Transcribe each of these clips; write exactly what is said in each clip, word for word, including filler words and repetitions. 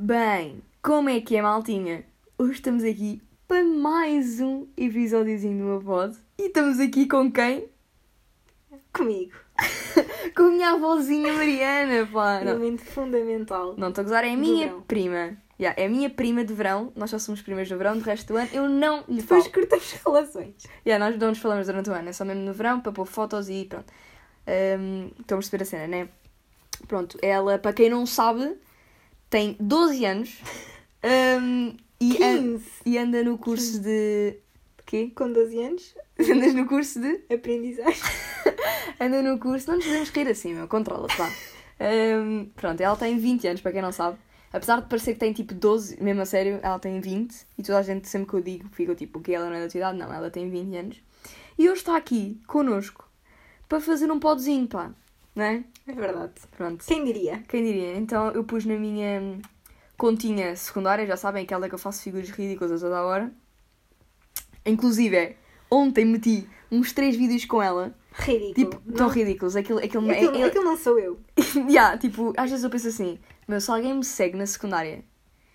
Bem, como é que é, maltinha? Hoje estamos aqui para mais um episódiozinho do meu pod. E estamos aqui com quem? Comigo. Com a minha avózinha Mariana, pá. Não, Elemento fundamental. não estou a gozar, é a Do minha verão. prima. Yeah, é a minha prima de verão. Nós só somos primas do verão, do resto do ano eu não lhe Depois falo. cortamos relações. Yeah, nós não nos falamos durante o ano, é só mesmo no verão para pôr fotos e pronto. Um, estão a perceber a cena, né? Pronto, ela, para quem não sabe, tem doze anos um, e, an- quinze. e anda no curso de... de quê? Com doze anos. Andas no curso de... Aprendizagem. Anda no curso... Não nos podemos rir assim, meu. Controla-te, vá. Um, pronto, ela tem vinte anos, para quem não sabe. Apesar de parecer que tem tipo doze, mesmo a sério, ela tem vinte. E toda a gente, sempre que eu digo, fica tipo, o que ela não é da tua idade? Não, ela tem vinte anos. E hoje está aqui, connosco, para fazer um podzinho, pá. Não é? É verdade. Pronto. Quem diria? Quem diria? Então eu pus na minha hum, continha secundária, já sabem, aquela que eu faço figuras ridículas a toda a hora. Inclusive, ontem meti uns três vídeos com ela. Ridículo. Tipo, Não? tão ridículos. Aquilo, aquilo, Aquilo, é- é- aquilo não sou eu. yeah, tipo, às vezes eu penso assim, meu, se alguém me segue na secundária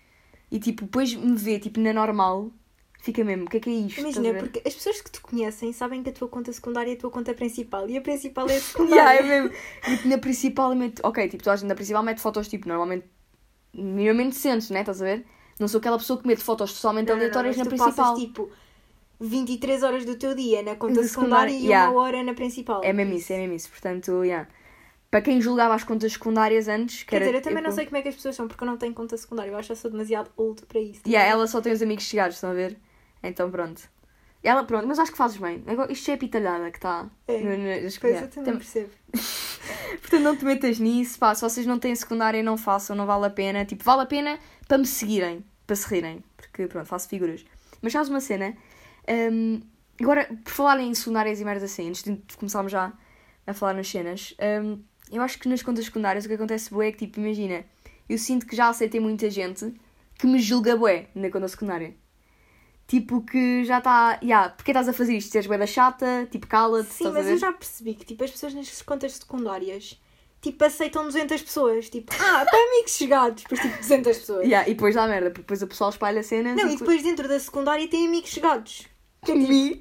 e tipo, depois me vê tipo na normal, fica mesmo, o que é que é isto? Imagina, Estás a ver? porque as pessoas que te conhecem sabem que a tua conta secundária é a tua conta principal. E a principal é a Yeah, secundária. é mesmo. E na principal, eu meto, ok, tipo, toda a gente na principal mete fotos tipo, normalmente, minimamente decentes, né? Estás a ver? Não sou aquela pessoa que mete fotos totalmente Não, não, não, aleatórias mas na tu principal. passas tipo vinte e três horas do teu dia na conta Na secundária secundária, e yeah. uma hora na principal. É mesmo isso, é mesmo isso. Portanto, yeah. Para quem julgava as contas secundárias antes, que Quer era, dizer, eu também não tipo- sei como é que as pessoas são, porque eu não tenho conta secundária. Eu acho que eu sou demasiado old para isso. Yeah, ela só tem os amigos chegados, estão a ver? Então pronto. Ela, pronto, mas acho que fazes bem. Agora, isto já é pitalhada que está. É. no- no- Pois yeah. eu também Tem- percebo. Portanto, não te metas nisso, pá. Se vocês não têm secundária, não façam, não vale a pena. Tipo, vale a pena para me seguirem, para se rirem. Porque, pronto, faço figuras. Mas sabes uma cena? Hum, agora, por falar em secundárias e merdas assim, antes de começarmos já a falar nas cenas, hum, eu acho que nas contas secundárias o que acontece bué é que, tipo, imagina, eu sinto que já aceitei muita gente que me julga bué na conta secundária. Tipo, que já está... Yeah, porque estás a fazer isto? Se és bué da chata, tipo, cala-te, Sim, estás a mas ver? eu já percebi que tipo, as pessoas nas contas secundárias tipo, aceitam duzentas pessoas. Tipo, ah, para amigos chegados. Depois tipo duzentas pessoas. Yeah, e depois dá merda, porque depois o pessoal espalha cenas. Não, e depois dentro da secundária tem amigos chegados. Que é tipo, Me?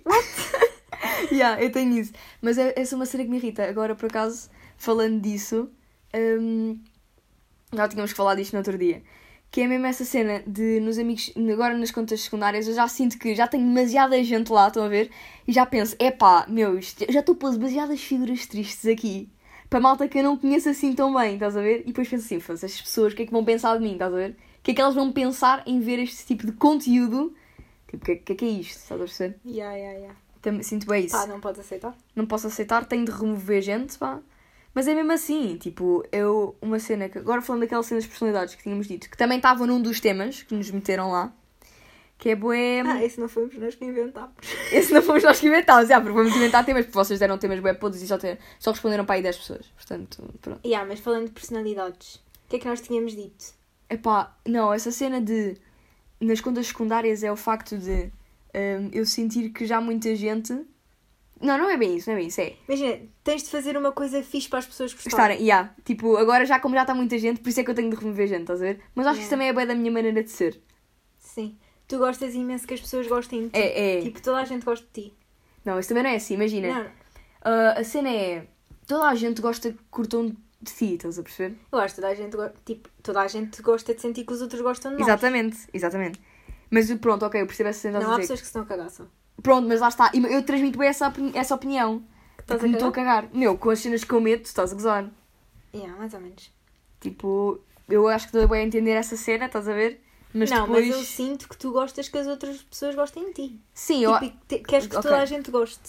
Yeah, eu tenho isso. Mas é, essa é uma cena que me irrita. Agora, por acaso, falando disso, hum, já tínhamos que falar disto no outro dia. Que é mesmo essa cena de nos amigos, agora nas contas secundárias, eu já sinto que já tenho demasiada gente lá, estão a ver? E já penso, epá, meu, isto- já estou a pôr demasiadas figuras tristes aqui. Para malta que eu não conheço assim tão bem, estás a ver? E depois penso assim, "Foda-se, estas pessoas, o que é que vão pensar de mim, estás a ver? O que é que elas vão pensar em ver este tipo de conteúdo? Tipo, o que, é- que é que é isto, estás a perceber? yeah, yeah, yeah. Também sinto bem isso. Pá, não podes aceitar? Não posso aceitar, tenho de remover gente, pá. Mas é mesmo assim, tipo, eu, uma cena que, agora falando daquela cena das personalidades que tínhamos dito, que também estava num dos temas que nos meteram lá, que é bué... Ah, esse não fomos nós que inventámos. Esse não fomos nós que inventámos, já, porque vamos inventar temas, porque vocês deram temas bué podres e só, ter, só responderam para aí dez pessoas, portanto, pronto. Yeah, mas falando de personalidades, o que é que nós tínhamos dito? Epá, não, essa cena de, nas contas secundárias é o facto de hum, eu sentir que já muita gente... Não, não é bem isso, não é bem isso, é... Imagina, tens de fazer uma coisa fixe para as pessoas gostarem. Estarem, yeah. Tipo, agora já como já está muita gente, por isso é que eu tenho de remover gente, estás a ver? Mas acho que isso Yeah. também é bem da minha maneira de ser. Sim. Tu gostas imenso que as pessoas gostem de ti. É, é. Tipo, toda a gente gosta de ti. Não, isso também não é assim, imagina. Não, Ah, a cena é, toda a gente gosta que curtam de ti, estás a perceber? eu acho que toda a gente, go- tipo, toda a gente gosta de sentir que os outros gostam de nós. Exatamente, exatamente. Mas pronto, ok, eu percebo essa cena. Não estás a há dizer. pessoas que se não cagaçam. Pronto, mas lá está. E eu transmito bem essa, opini- essa opinião. Estás Tipo, a me estou a cagar. Meu, com as cenas que eu meto, estás a gozar. Yeah, mais ou menos. Tipo, eu acho que estou bem a entender essa cena, estás a ver? Mas não, depois... mas eu sinto que tu gostas que as outras pessoas gostem de ti. Sim, eu... Tipo, e que te- queres que Ok. toda a gente goste.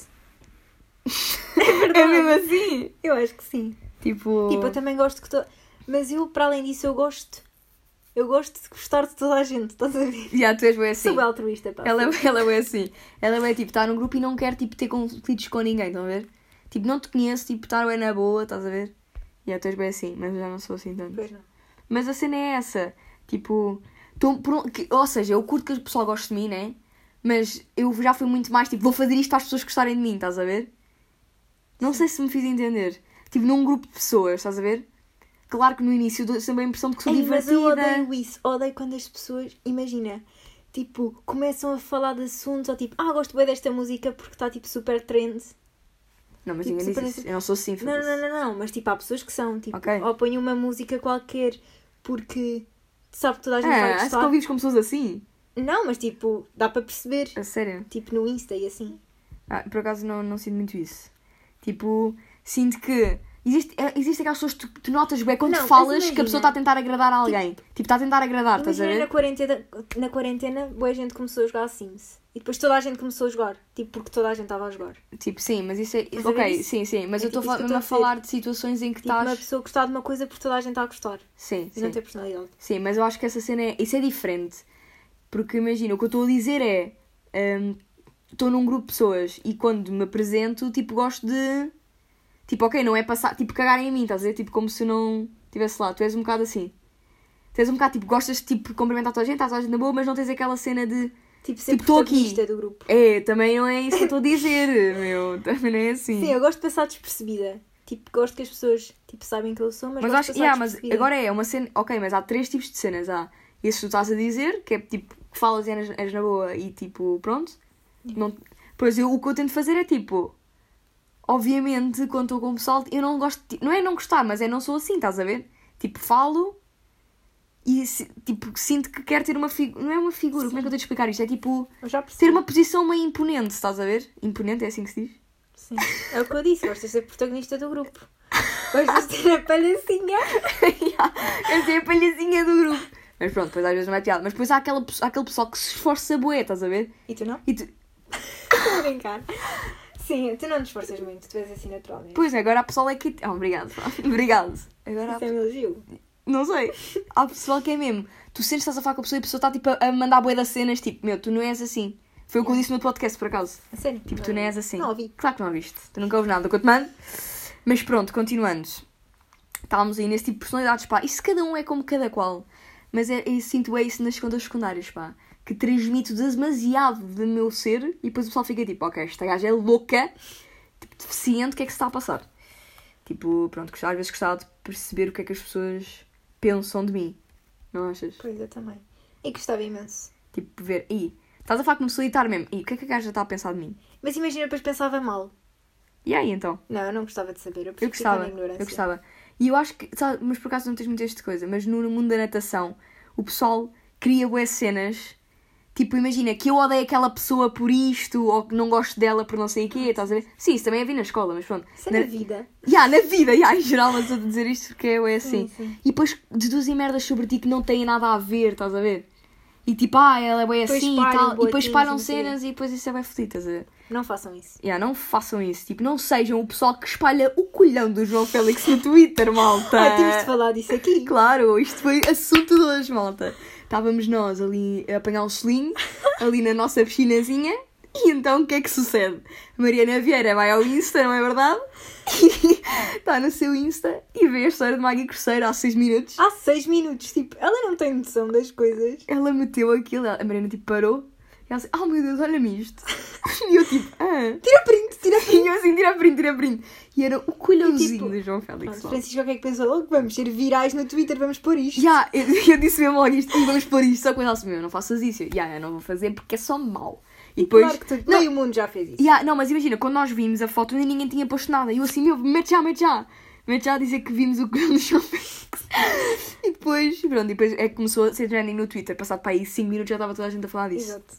É mesmo assim. Eu acho que sim. Tipo... Tipo, eu também gosto que toda... Mas eu, para além disso, eu gosto... Eu gosto de gostar de toda a gente, estás a ver? Yeah, tu és bem assim. Sou bem altruísta, pá. Ela, ela é bem assim. Ela é bem tipo, está num grupo e não quer tipo, ter conflitos com ninguém, estão a ver? Tipo, não te conheço, tipo, estar bem na boa, estás a ver? E yeah, tu és bem assim, mas eu já não sou assim tanto. Pois não. Mas a cena é essa. Tipo, tô, por um- que- ou seja, eu curto que o pessoal goste de mim, né? Mas eu já fui muito mais tipo, vou fazer isto para as pessoas gostarem de mim, estás a ver? Não sei se me fiz entender. Tipo, num grupo de pessoas, estás a ver? claro que no início dou sempre a impressão de que sou Ei, divertida. mas eu odeio isso. Odeio quando as pessoas, imagina, tipo, começam a falar de assuntos ou tipo, ah, gosto bem desta música porque está tipo super trend. Não, mas Tipo, ninguém super- diz isso. Eu não sou assim, Não, foda-se. não, não, não, mas tipo, há pessoas que são, tipo, Ok. ou põem uma música qualquer porque sabe que toda a gente vai Ah, acho que gostar. convives com pessoas assim? Não, mas tipo, dá para perceber. A sério? Tipo, no Insta e assim. Ah, por acaso não, não sinto muito isso. Tipo, sinto que existe, é, existe aquelas pessoas que tu, tu notas bem quando Não, tu mas falas que imagina. a pessoa está a tentar agradar a alguém. Tipo, está a tentar agradar, estás a Imagina na ver? quarentena, na quarentena, boa gente começou a jogar Sims. E depois toda a gente começou a jogar. Tipo, porque toda a gente estava a jogar. Tipo, sim, mas isso é. Estás a ver Ok, isso? sim, sim. Mas É eu estou tipo isso que eu mesmo a estou a dizer. falar de situações em que Tipo, uma estás. pessoa gostar de uma coisa porque toda a gente está a gostar. Sim, E não sim. ter personalidade. Sim, mas eu acho que essa cena é. Isso é diferente. Porque imagina, o que eu estou a dizer é. hum, Estou num grupo de pessoas e quando me apresento, tipo, gosto de. Tipo, ok, não é passar. Tipo, cagarem em mim, estás a dizer? Tipo, como se eu não estivesse lá. Tu és um bocado assim. Tu és um bocado, tipo, gostas de tipo, cumprimentar toda a gente, estás toda a gente na boa, mas não tens aquela cena de. Tipo, ser Tipo, tô aqui. protagonista do grupo. É, também não é isso que eu estou a dizer, meu. Também não é assim. Sim, eu gosto de passar despercebida. Tipo, gosto que as pessoas tipo, sabem que eu sou, mas, Mas gosto acho de que, passar yeah, mas despercebida. agora é uma cena. Ok, mas há três tipos de cenas. Há esse que tu estás a dizer, que é tipo, que falas e és, és na boa e tipo, pronto. Não... Pois eu, o que eu tento fazer é tipo. Obviamente, quando estou com o pessoal, eu não gosto. de- Não é não gostar, mas é não sou assim, estás a ver? Tipo, falo e se- tipo, sinto que quero ter uma figura. Não é uma figura, como é que eu tenho de explicar isto? É tipo. Eu já Ter percebi. uma posição meio imponente, estás a ver? Imponente, é assim que se diz? Sim. É o que eu disse, gostas de ser protagonista do grupo. Gostas de ter a palhacinha. Eu sei a palhacinha do grupo. Mas pronto, depois às vezes não é piada. Mas depois há, aquela, pe- há aquele pessoal que se esforça bué, estás a ver? E tu não? E tu... Estou a brincar. Sim, tu não te esforças muito, tu és assim naturalmente. Pois, agora há pessoal é que... Ah, obrigado. pá. Obrigado. Agora há... Isso é um elogio. Não sei. Há pessoal que é mesmo. Tu sentes que estás a falar com a pessoa e a pessoa está tipo a a mandar bué das cenas. Tipo, meu, tu não és assim. Foi o que eu disse no podcast, por acaso. A sério? Tipo, tu não és assim. Não ouvi. Claro que não ouviste. Tu nunca ouves nada do que eu te mando. Mas pronto, continuando. Estávamos aí nesse tipo de personalidades, pá. Isso cada um é como cada qual. Mas é, eu sinto é isso nas contas secundárias, pá. Que transmito demasiado do meu ser e depois o pessoal fica tipo, ok, esta gaja é louca, tipo, deficiente, o que é que se está a passar? Tipo, pronto, às vezes gostava de perceber o que é que as pessoas pensam de mim. Não achas? Pois, eu também. E gostava imenso. Tipo, ver, ih, estás a falar como solitário mesmo, ih, o que é que a gaja está a pensar de mim? Mas imagina, depois pensava mal. E aí, então? Não, eu não gostava de saber. Eu, Eu prefiro ficar gostava, na ignorância. eu gostava. E eu acho que, sabe, mas por acaso não tens muito esta coisa, mas no mundo da natação, o pessoal cria boas cenas, tipo, imagina, que eu odeio aquela pessoa por isto, ou que não gosto dela por não sei o quê, estás a ver? Sim, isso também é vi na escola, mas pronto. Isso é na vida. Ya, na vida, ya, em geral, mas estou a dizer isto porque é assim. Sim, sim. E depois deduzem merdas sobre ti que não têm nada a ver, estás a ver? E tipo, ah, ela é bem Depois assim e espalham tal. E depois boatinhos espalham e não sei o quê. cenas e depois isso é bem fodido, estás a ver? Não façam isso. Yeah, não façam isso. Tipo, não sejam o pessoal que espalha o colhão do João Félix no Twitter, malta. Ah, temos de falar disso aqui. Claro, isto foi assunto de hoje, malta. Estávamos nós ali a apanhar um selinho, ali na nossa piscinazinha, e então o que é que sucede? A Mariana Vieira vai ao Insta, não é verdade? E está no seu Insta e vê a história de Maggie Cruzeiro há seis minutos. Há seis minutos. Tipo, ela não tem noção das coisas. Ela meteu aquilo, a Mariana tipo parou, e ela disse, oh meu Deus, olha-me isto. E eu tipo, ah... Tira print, tira print. E eu assim, tira print, tira print. E era o colhãozinho E, tipo, do João Félix. Pronto, malta. Francisco, o que é que pensou logo? Vamos ser virais no Twitter, vamos pôr isto. Ya, eu, eu disse mesmo logo isto, e vamos pôr isto, só que ela disse, meu, não faças isso. Ya, yeah, eu não vou fazer porque é só mau. E depois... Claro que tu, não, meio mundo já fez isso. ya, não, mas imagina, quando nós vimos a foto, ainda ninguém tinha posto nada. E eu assim, meu, mete já, mete já. Mete já a dizer que vimos o colhão do João Félix. E depois, pronto, e depois é que começou a ser trending no Twitter. Passado para aí cinco minutos já estava toda a gente a falar disso. Exato.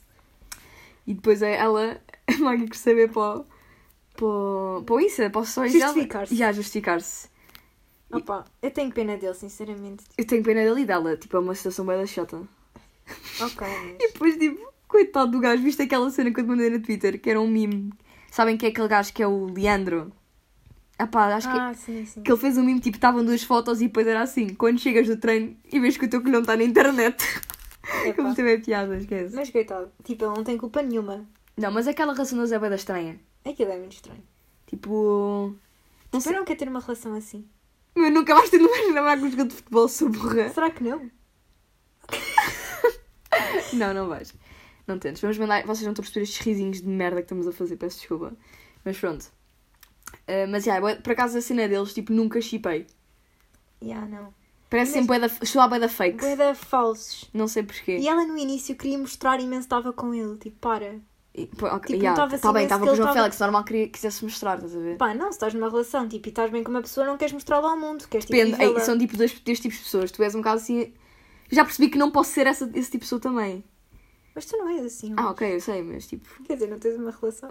E depois é ela, a Maggie quer saber para o... Para o, para o Insta, para o stories dela. Justificar-se. Ya, justificar-se. Opa, eu tenho pena dele, sinceramente. Eu tenho pena dele e dela, tipo, é uma situação bem da chata. Ok, E mas... depois, tipo, coitado do gajo, viste aquela cena que eu te mandei no Twitter, que era um meme. Sabem que é aquele gajo que é o Leandro? Ah pá, acho Ah, sim, sim. que, que ele fez um meme, tipo, estavam duas fotos e depois era assim, quando chegas do treino e vês que o teu colhão está na internet. Epá. Como teve piada, esquece. Mas coitado, tipo, ele não tem culpa nenhuma. Não, mas aquela relação da Zé da estranha. Aquilo é muito estranho. Tipo... Não Eu sei. não quero ter uma relação assim. Eu nunca mais tenho mais namorar com um jogador de futebol, sou burra. Será que não? Não, não vais. Não tentes. Vamos mandar... Vocês não estão a perceber estes risinhos de merda que estamos a fazer, peço desculpa. Mas pronto. Uh, mas, já, yeah, por acaso a cena deles, tipo, nunca chipei. Yeah, não. Parece Mas- sempre bué da, soar bué da fake. Bué da falsos. Não sei porquê. E ela no início queria mostrar imenso estava com ele. Tipo, para. E, pô, ok, Tipo, yeah, notava-se tá bem, imenso estava que com o ele João tava- Félix, normal que quisesse mostrar, estás a ver? Pá, não, se estás numa relação, tipo, e estás bem com uma pessoa, não queres mostrá-la ao mundo. Queres, tipo, Depende, ei, vivê-la. são tipo dois, dois tipos de pessoas. Tu és um bocado assim. Já percebi que não posso ser essa, esse tipo de pessoa também. Mas tu não és assim. Ah, ok, eu sei, mas tipo. Quer dizer, não tens uma relação.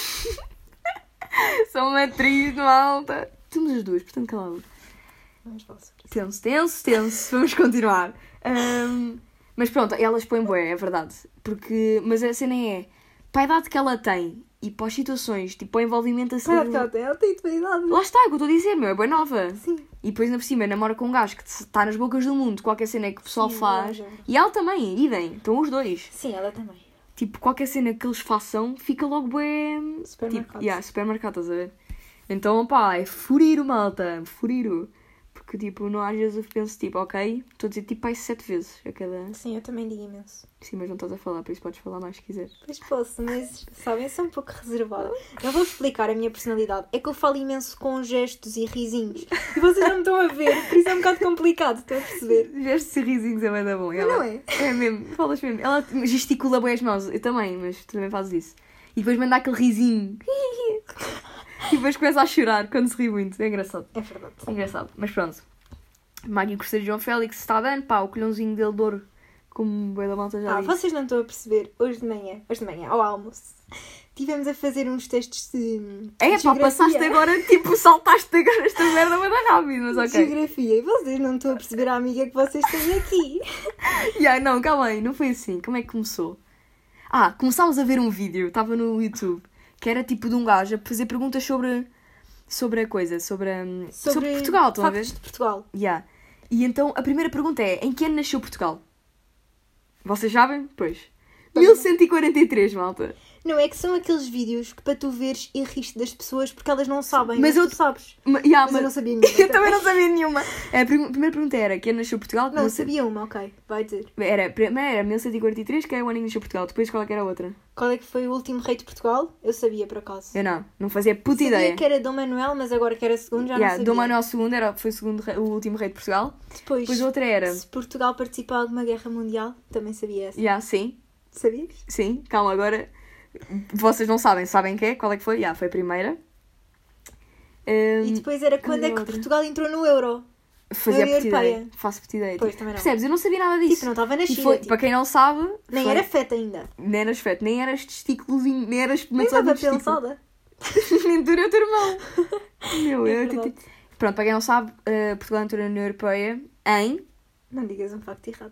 Sou uma atriz no alta. Temos as duas, portanto, calma. Vamos falar sobre isso. Tenso, tenso, tenso. Vamos continuar. Ahm, mas pronto, elas põem bué, é verdade. Porque, mas a cena é, para a idade que ela tem e para as situações, tipo, para o envolvimento assim. Claro que ela tem, ela tem tua idade. Lá está, é o que eu estou a dizer, meu, é bué nova. Sim. E depois, ainda por cima, namora com um gajo que está nas bocas do mundo, qualquer cena que o pessoal Sim, faz. já. E ela também, idem, estão os dois. Sim, ela também. Tipo, qualquer cena que eles façam, fica logo bué... Supermercado. Tipo, yeah, supermercado, estás a ver? Então, pá, é furiro, malta, furiro. Porque, tipo, não, às vezes eu penso, tipo, ok, estou a dizer, tipo, aí sete vezes a cada... Sim, eu também digo imenso. Sim, mas não estás a falar, por isso podes falar mais se quiseres. Pois posso, mas, sabem, eu sou um pouco reservada. Eu vou explicar a minha personalidade. É que eu falo imenso com gestos e risinhos. E vocês não me estão a ver, por isso é um bocado complicado, estão a perceber? Gestos e risinhos é bem da bom. Mas não é? É mesmo, falas mesmo. Ela gesticula bem as mãos, eu também, mas tu também fazes isso. E depois manda aquele risinho. E depois começa a chorar quando se ri muito. É engraçado. É verdade. É engraçado, mas pronto. Maggie Corseiro João Félix está dando, pá, o colhãozinho dele de ouro, como o boi da malta já Ah, disse. vocês não estão a perceber. Hoje de manhã, hoje de manhã, ao almoço, tivemos a fazer uns testes de É, pá, geografia. passaste agora, tipo, saltaste agora esta merda bem rápido, mas ok. Geografia. E vocês não estão a perceber a amiga que vocês têm aqui. Yeah, não, calma aí, não foi assim. Como é que começou? Ah, começámos a ver um vídeo, estava no YouTube, que era tipo de um gajo a fazer perguntas sobre, sobre a coisa, sobre, hum, sobre, Portugal, estão a ver? factos de Portugal. Yeah. E então a primeira pergunta é: em que ano nasceu Portugal? Vocês sabem? Pois. mil cento e quarenta e três, malta. Não, é que são aqueles vídeos que para tu veres e riste das pessoas porque elas não sabem, Mas mas, eu- tu sabes. Ma- yeah, Mas mas- eu não sabia nenhuma. Eu também não sabia nenhuma. A prim- primeira pergunta era: que ano nasceu Portugal? Não, Não sei- sabia uma, ok. Vai dizer. Era, primeiro era mil cento e quarenta e três, que era o ano em que nasceu Portugal. Depois qual é que era a outra? Qual é que foi o último rei de Portugal? Eu sabia, por acaso. Eu não, não fazia puta sabia ideia. que era Dom Manuel, mas agora que era segundo já Yeah, não sabia. Dom Manuel segundo era, foi o, segundo rei- o último rei de Portugal. Depois, Depois a outra era. se Portugal participar de alguma guerra mundial, também sabia essa. Yeah, sim, Sabias? sim, calma, agora. Vocês não sabem, sabem que é? Qual é que foi? Yeah, foi a primeira. E Um, depois era quando é que outra. Portugal entrou no euro. fazia União puta ideia. Europeia. Faço puta ideia. Pois, Tipo, também não. percebes? Eu não sabia nada disso. Tipo, não estava E nascida. foi, tipo. para quem não sabe, Nem foi- era feta ainda. nem eras feto, nem eras testículozinho, nem eras Nem só de estava um testículo. pensada. Nem tu nem o teu irmão. Meu, É eu verdade. tipo- Pronto, para quem não sabe, eh, Portugal entrou na União Europeia em. Não digas um facto errado.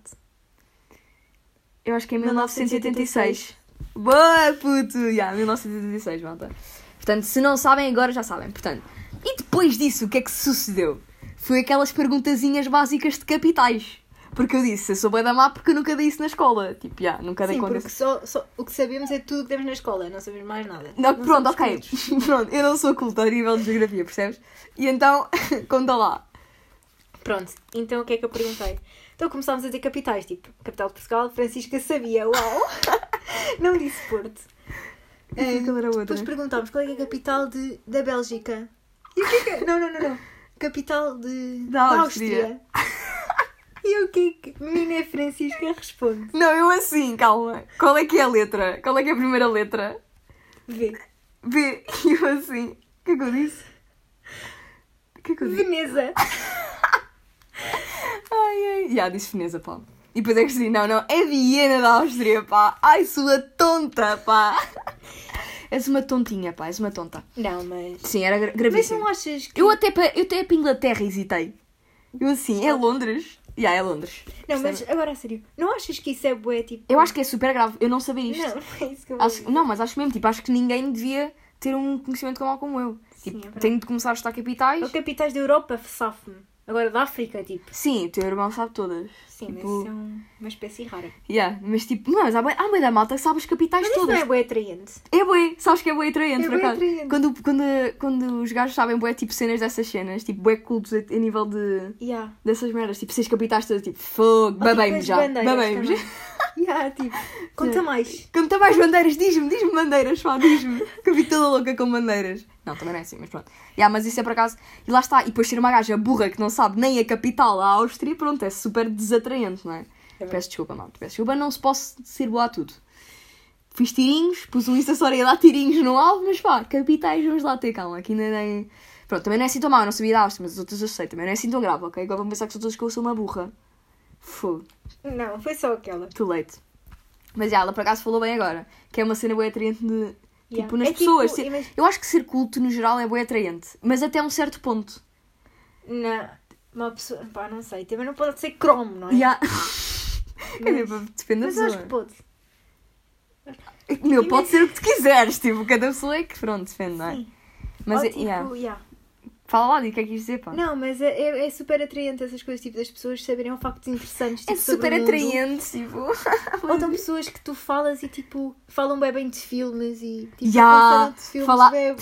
Eu acho que em mil mil novecentos e oitenta e seis. Boa, puto! Yeah, mil novecentos e oitenta e seis, malta. Portanto, se não sabem, agora já sabem. Portanto, e depois disso, o que é que sucedeu? Foi aquelas perguntazinhas básicas de capitais. Porque eu disse, eu sou bué da má porque eu nunca dei isso na escola. Tipo, já, nunca dei Sim, conta. porque só, só, o que sabemos é tudo que temos na escola. Não sabemos mais nada. Não, Não pronto, somos ok. cultos. Pronto, eu não sou culta a nível de geografia, percebes? E então, conta lá. Pronto, então o que é que eu perguntei? Então começámos a dizer capitais, tipo, capital de Portugal, Francisca sabia, uau! Não disse Porto. E qual era a outra? Depois perguntámos qual é que é a capital de, da Bélgica. E o que é que é? Não, não, não, não. Capital de, Da da Áustria. E o que é que menina Francisca responde? Não, eu assim, calma. Qual é que é a letra? Qual é que é a primeira letra? V. B. E eu assim. O que é que eu disse? O que é que eu disse? Veneza. Ai, ai. Já, disse Veneza, pá. E depois é que assim, não, não, é Viena da Áustria, pá. Ai, sua tonta, pá. És uma tontinha, pá, és uma tonta. Não, mas... Sim, era gra- Mas gravíssimo. não achas que... Eu até para eu até para Inglaterra hesitei. Eu assim, é Londres? Já, é Londres. Não, mas Percebe? agora a sério. Não achas que isso é bué, tipo... Eu acho que é super grave, eu não sabia isto. Não, não é isso que eu vou Acho- dizer. não, mas acho mesmo, tipo, acho que ninguém devia ter um conhecimento tão mau como eu. Sim, Tipo, é verdade. tenho de começar a estudar capitais. Ou capitais da Europa, safo-me. Agora da África, tipo. Sim, o teu irmão sabe todas. Sim, Tipo, mas isso é um- uma espécie rara. yeah, mas tipo, não, mas há bué- há bué da malta que sabe as capitais Mas isso todas. não é bué atraente. É bué, sabes que é bué atraente, É por bué acaso. atraente. Quando, quando, quando os gajos sabem bué, tipo, cenas dessas cenas, tipo, bué cultos a, a nível de... Yeah. dessas merdas, tipo, seis capitais todas, tipo, fogo, babei-me Tipo, as já, bandeiras babei-me já. também. Yeah, tipo, conta mais. Conta mais bandeiras, diz-me, diz-me bandeiras, pá, diz-me. Que eu vi toda louca com bandeiras. Não, também não é assim, mas pronto. Yeah, mas isso é por acaso. E lá está. E depois ser uma gaja burra que não sabe nem a capital, a Áustria, pronto, é super desatraente, não é? é peço desculpa, não. Peço desculpa, não se posso ser boa a tudo. Fiz tirinhos, pus um Insta Story a dar tirinhos no alvo, mas pá, capitais vamos lá ter calma, que ainda nem... Pronto, também não é assim tão mal, eu não sabia da Áustria, mas as outras eu sei, também não é assim tão grave, ok? Agora vão pensar que são todas que eu sou uma burra. Fogo. Não, foi só aquela. Too late. Mas já, ela por acaso falou bem agora, que é uma cena bué atraente de... Yeah. Tipo, nas É pessoas. tipo, Ser- imag- Eu acho que ser culto, no geral, é bué atraente. Mas até um certo ponto. Não, uma pessoa, pá, não sei, também não pode ser cromo, não é? Já. Quer dizer, Mas, depende da mas acho pessoa. que pode. Meu, pode ser o que tu quiseres, tipo, cada pessoa é que, pronto, depende, não é? Sim. Mas, Ou, é- tipo, yeah. yeah. Fala lá, diz o que é que quis dizer, pá. Não, mas é, é, é super atraente essas coisas, tipo, das pessoas saberem factos interessantes. Tipo, É sobre super o mundo. atraente, tipo. Ou são pessoas que tu falas e, tipo, falam bem bem de filmes e, tipo, Ya, de filmes falar- bem-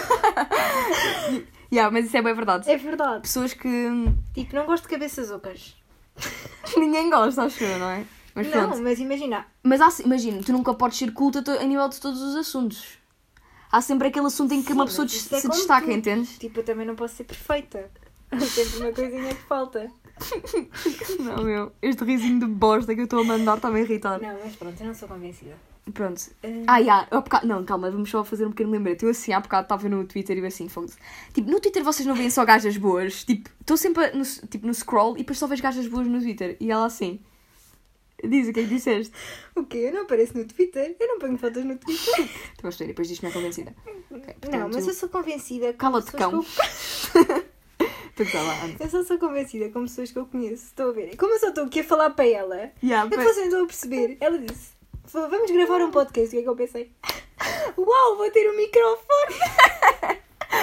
bem- Yeah, mas isso é bem verdade. É verdade. Pessoas que Tipo, não gosto de cabeças ocas. ninguém gosta, acho eu, não é? Mas Não, pronto. mas imagina. Mas há, imagina, tu nunca podes ser culta a nível de todos os assuntos. Há sempre aquele assunto em que Sim, uma mas pessoa isso é se como destaca, tudo. entendes? Tipo, eu também não posso ser perfeita. Há sempre uma coisinha que falta. Não, meu. Este risinho de bosta que eu estou a mandar está a me irritar. Não, mas pronto, eu não sou convencida. Pronto. Uh, Ah, já, há bocado... Não, calma, vamos só fazer um pequeno lembrete. Eu assim, há bocado estava no Twitter e eu assim, fogo. Tipo, no Twitter vocês não veem só gajas boas. Tipo, estou sempre a- no, tipo, no scroll e depois só vejo gajas boas no Twitter. E ela assim... Diz o que é que disseste. O quê? Eu não apareço no Twitter? Eu não ponho fotos no Twitter. Tu vais ver, e depois diz-me não é convencida. Ok, Não, portanto, mas eu sou convencida com Cala-te, pessoas cão. que eu... Tu que está lá, anda. Eu só sou convencida com pessoas que eu conheço. Estou a ver. Como eu só estou aqui a falar para ela, Yeah, é que but- vocês não estão a perceber. Ela disse, vamos gravar um podcast. O que é que eu pensei? Uau, vou ter um microfone.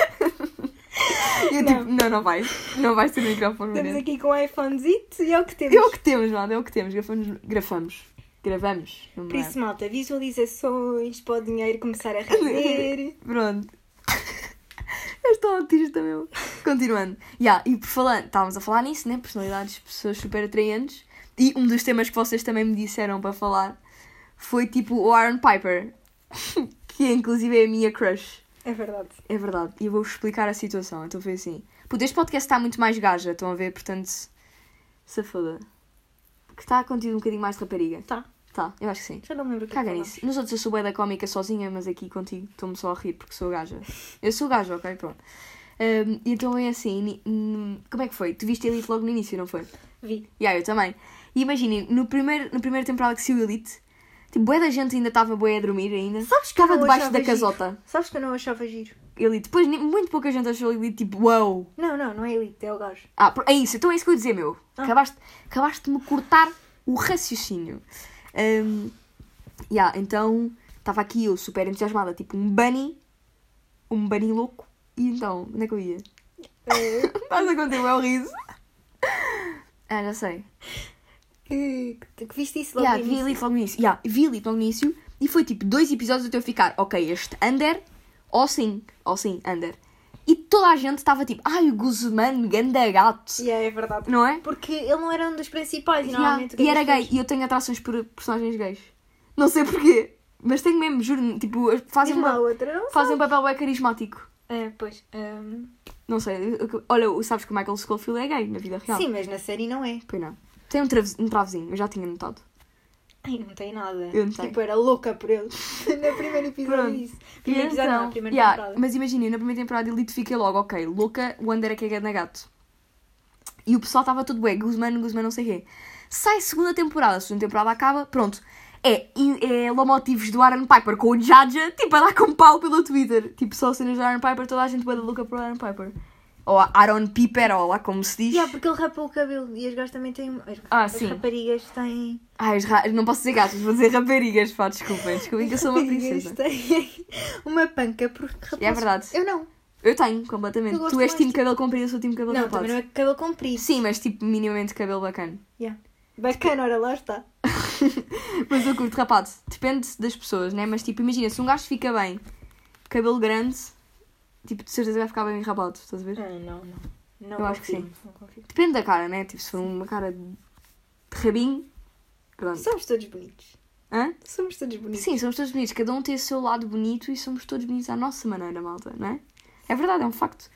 Eu, Não. tipo, não, não vais. Não vais ter o microfone. Estamos mesmo. aqui com o iPhonezito e é o que temos. É o que temos, mano, é o que temos. Grafamos. Grafamos. Gravamos. Não Por é? isso, malta, visualizações, para o dinheiro começar a render. Pronto. Eu estou autista, meu. Continuando. Yeah, e por falando, estávamos a falar nisso, né? Personalidades, pessoas super atraentes. E um dos temas que vocês também me disseram para falar foi tipo o Aaron Piper. Que é inclusive é a minha crush. É verdade. É verdade. E eu vou-vos explicar a situação. Então foi assim. Puta, este podcast está muito mais gaja, estão a ver? Portanto, se foda. Que está contido um bocadinho mais de rapariga. Tá. Tá, eu acho que sim. Já não me lembro o que Caga é que nisso. Nos outros eu sou bué da cómica sozinha, mas aqui contigo estou-me só a rir porque sou gaja. Eu sou gaja, ok? Pronto. Um, e então é assim. ni- hum, Como é que foi? Tu viste Elite logo no início, não foi? Vi. E yeah, eu também. E imaginem, no primeiro, na primeira temporada que saiu Elite, tipo, bué da gente ainda estava bué a dormir ainda. Sabes que eu Estava não debaixo achava da casota. Sabes que eu não achava giro? Elite. Depois ni- muito pouca gente achou Elite tipo, uau. Não, não, não é elite, é o gajo. Ah, por- é isso. Então é isso que eu ia dizer, meu. Ah. Acabaste, acabaste de me cortar o raciocínio. Um, yeah, então, estava aqui eu super entusiasmada, tipo um bunny. Um bunny louco. E então, onde é que eu ia? É, Estás a contar o meu riso? Ah, já sei. que, que viste isso logo Yeah, no vi início. Elite logo no início. Yeah, vi Elite logo no início. E foi tipo dois episódios até eu ficar, ok, este under, ou sim, ou sim, under. E toda a gente estava tipo, ai, o Guzmán, ganda gato. Yeah, é verdade. Não é? Porque ele não era um dos principais e Yeah, normalmente o que e é que era as gay. pessoas- E eu tenho atrações por personagens gays. Não sei porquê. Mas tenho mesmo, juro. Tipo, fazem, Diz-me lá uma, outra, não fazem um papel bem carismático. É, pois. hum, Não sei. eu- eu- Olha, sabes que o Michael Scofield é gay na vida real. Sim, mas na série não é. Pois não. Tem um, trave, um travezinho. Eu já tinha notado. Ai, não tem nada. Eu não tenho. Tipo, era louca por ele. no primeiro episódio Pronto. disso. E Primeiro episódio não, então, primeira yeah, temporada. mas imagina, na primeira temporada Elite fiquei logo, ok, louca, o Under é que é ganda gato. E o pessoal estava todo bué, Guzmán, Guzmán, não sei o quê. Sai segunda temporada, a segunda temporada acaba, pronto. É, é lomotivos do Aaron Piper com o Jaja, tipo, a dar com pau pelo Twitter. Tipo, só cenas do Aaron Piper, toda a gente bué da louca pro Aaron Piper. Ou Aaron Piper, ou lá como se diz. Yeah, porque ele rapou o cabelo e as gajas também têm. As, Ah, as sim. raparigas têm. Ai, as ra- não posso dizer gatos, vou dizer raparigas, pá, desculpem, desculpem que eu sou uma raparigas princesa. têm uma panca porque rapou. É verdade. Eu não. Eu tenho, completamente. Eu gosto Tu és mais, time tipo- cabelo comprido, eu sou time cabelo Não, rapado. também não é cabelo comprido. Sim, mas tipo, minimamente cabelo bacana. Yeah. Bacana, ora lá está. Mas eu curto rapado. Depende das pessoas, né? Mas tipo, imagina, se um gajo fica bem, cabelo grande, tipo, de certeza vai ficar bem rapado, estás a ver? Ah, não, não. Não Eu acho que confirmo, não confirmo. Depende da cara, né? Tipo, se for uma cara de rabinho, Pronto. Somos todos bonitos. Hã? Somos todos bonitos. Sim, somos todos bonitos. Cada um tem o seu lado bonito e somos todos bonitos à nossa maneira, malta, não é? É verdade, é um facto.